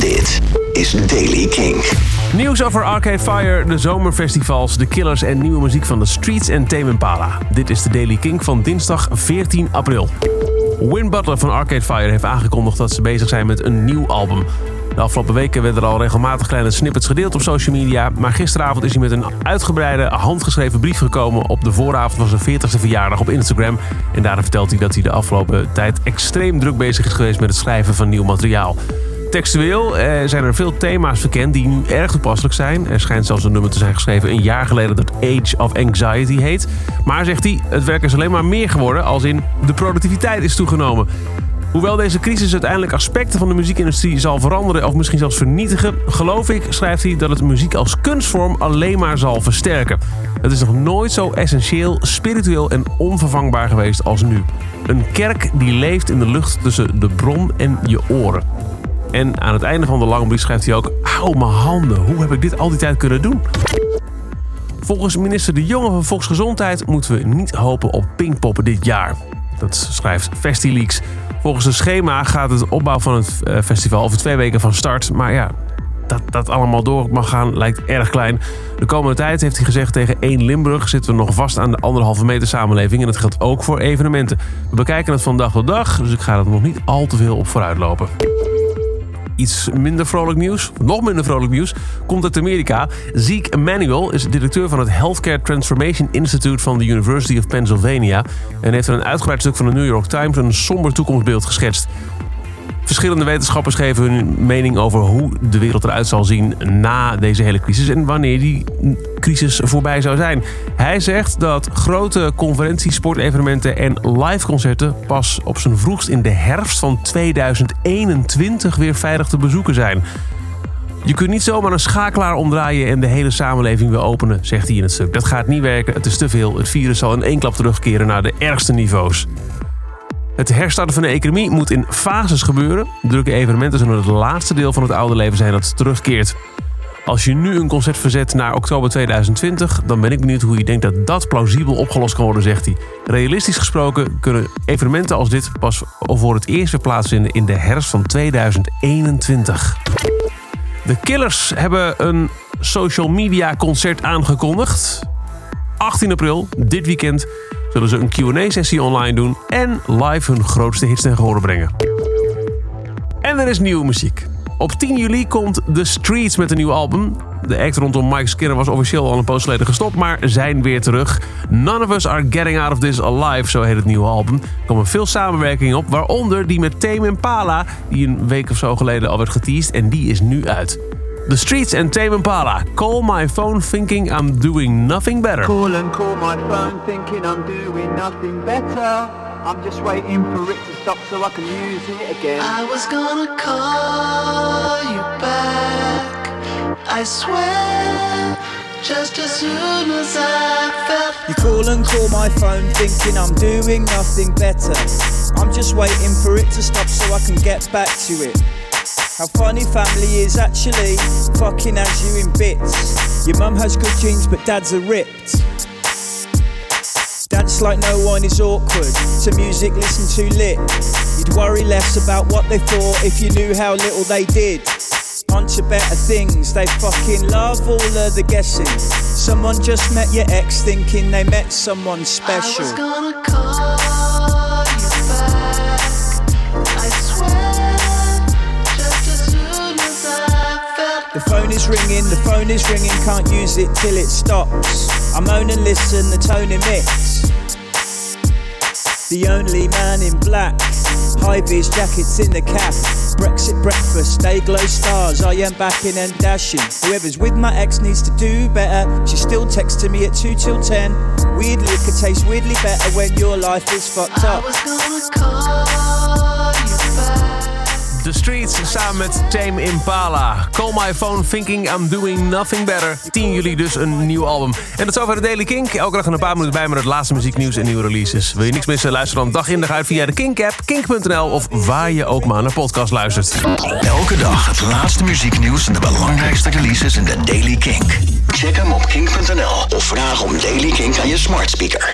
Dit is Daily Kink. Nieuws over Arcade Fire, de zomerfestivals, de Killers en nieuwe muziek van The Streets en Tame Impala. Dit is de Daily Kink van dinsdag 14 april. Win Butler van Arcade Fire heeft aangekondigd dat ze bezig zijn met een nieuw album. De afgelopen weken werden er al regelmatig kleine snippets gedeeld op social media. Maar gisteravond is hij met een uitgebreide handgeschreven brief gekomen op de vooravond van zijn 40ste verjaardag op Instagram. En daarin vertelt hij dat hij de afgelopen tijd extreem druk bezig is geweest met het schrijven van nieuw materiaal. Textueel zijn er veel thema's verkend die nu erg toepasselijk zijn. Er schijnt zelfs een nummer te zijn geschreven een jaar geleden dat Age of Anxiety heet. Maar, zegt hij, het werk is alleen maar meer geworden, als in de productiviteit is toegenomen. Hoewel deze crisis uiteindelijk aspecten van de muziekindustrie zal veranderen of misschien zelfs vernietigen, geloof ik, schrijft hij, dat het muziek als kunstvorm alleen maar zal versterken. Het is nog nooit zo essentieel, spiritueel en onvervangbaar geweest als nu. Een kerk die leeft in de lucht tussen de bron en je oren. En aan het einde van de lange brief schrijft hij ook: hou mijn handen, hoe heb ik dit al die tijd kunnen doen? Volgens minister De Jonge van Volksgezondheid moeten we niet hopen op Pinkpoppen dit jaar. Dat schrijft FestiLeaks. Volgens het schema gaat het opbouw van het festival over 2 weken van start. Maar ja, dat allemaal door mag gaan lijkt erg klein. De komende tijd, heeft hij gezegd tegen 1 Limburg, zitten we nog vast aan de 1,5 meter samenleving. En dat geldt ook voor evenementen. We bekijken het van dag tot dag, dus ik ga er nog niet al te veel op vooruit lopen. Iets minder vrolijk nieuws, nog minder vrolijk nieuws, komt uit Amerika. Zeke Emanuel is directeur van het Healthcare Transformation Institute van de University of Pennsylvania en heeft in een uitgebreid stuk van de New York Times een somber toekomstbeeld geschetst. Verschillende wetenschappers geven hun mening over hoe de wereld eruit zal zien na deze hele crisis en wanneer die crisis voorbij zou zijn. Hij zegt dat grote conferenties, sportevenementen en liveconcerten pas op zijn vroegst in de herfst van 2021 weer veilig te bezoeken zijn. Je kunt niet zomaar een schakelaar omdraaien en de hele samenleving weer openen, zegt hij in het stuk. Dat gaat niet werken, het is te veel. Het virus zal in één klap terugkeren naar de ergste niveaus. Het herstarten van de economie moet in fases gebeuren. Drukke evenementen zullen het laatste deel van het oude leven zijn dat terugkeert. Als je nu een concert verzet naar oktober 2020... dan ben ik benieuwd hoe je denkt dat dat plausibel opgelost kan worden, zegt hij. Realistisch gesproken kunnen evenementen als dit pas voor het eerst weer plaatsvinden in de herfst van 2021. De Killers hebben een social media concert aangekondigd. 18 april, dit weekend, zullen ze een Q&A-sessie online doen en live hun grootste hits ten gehore brengen. En er is nieuwe muziek. Op 10 juli komt The Streets met een nieuw album. De act rondom Mike Skinner was officieel al een poos geleden gestopt, maar zijn weer terug. None of Us Are Getting Out of This Alive, zo heet het nieuwe album. Er komen veel samenwerkingen op, waaronder die met Tame Impala, die een week of zo geleden al werd geteased en die is nu uit. The Streets and Tame Impala. Call my phone thinking I'm doing nothing better. Call my phone thinking I'm doing nothing better. I'm just waiting for it to stop so I can use it again. I was gonna call you back, I swear, just as soon as I felt. You call my phone thinking I'm doing nothing better. I'm just waiting for it to stop so I can get back to it. How funny family is actually, fucking has you in bits. Your mum has good genes but dad's are ripped. Dance like no one is awkward, to music listen too lit. You'd worry less about what they thought if you knew how little they did. On to better things, they fucking love all of the guessing. Someone just met your ex thinking they met someone special. I was gonna call you back, I swear. The phone is ringing, can't use it till it stops. I moan and listen, the tone emits. The only man in black, high-vis jackets in the cap. Brexit breakfast, day glow stars, I am backing and dashing. Whoever's with my ex needs to do better. She's still texting me at 2 till 10. Weirdly, it could taste weirdly better when your life is fucked up. I was gonna call you back. The Streets samen met Tame Impala. Call my phone thinking I'm doing nothing better. 10 juli dus een nieuw album. En dat is over de Daily Kink. Elke dag een paar minuten bij met het laatste muzieknieuws en nieuwe releases. Wil je niks missen? Luister dan dag in dag uit via de Kink-app, kink.nl of waar je ook maar naar podcast luistert. Elke dag het laatste muzieknieuws en de belangrijkste releases in de Daily Kink. Check hem op kink.nl of vraag om Daily Kink aan je smart speaker.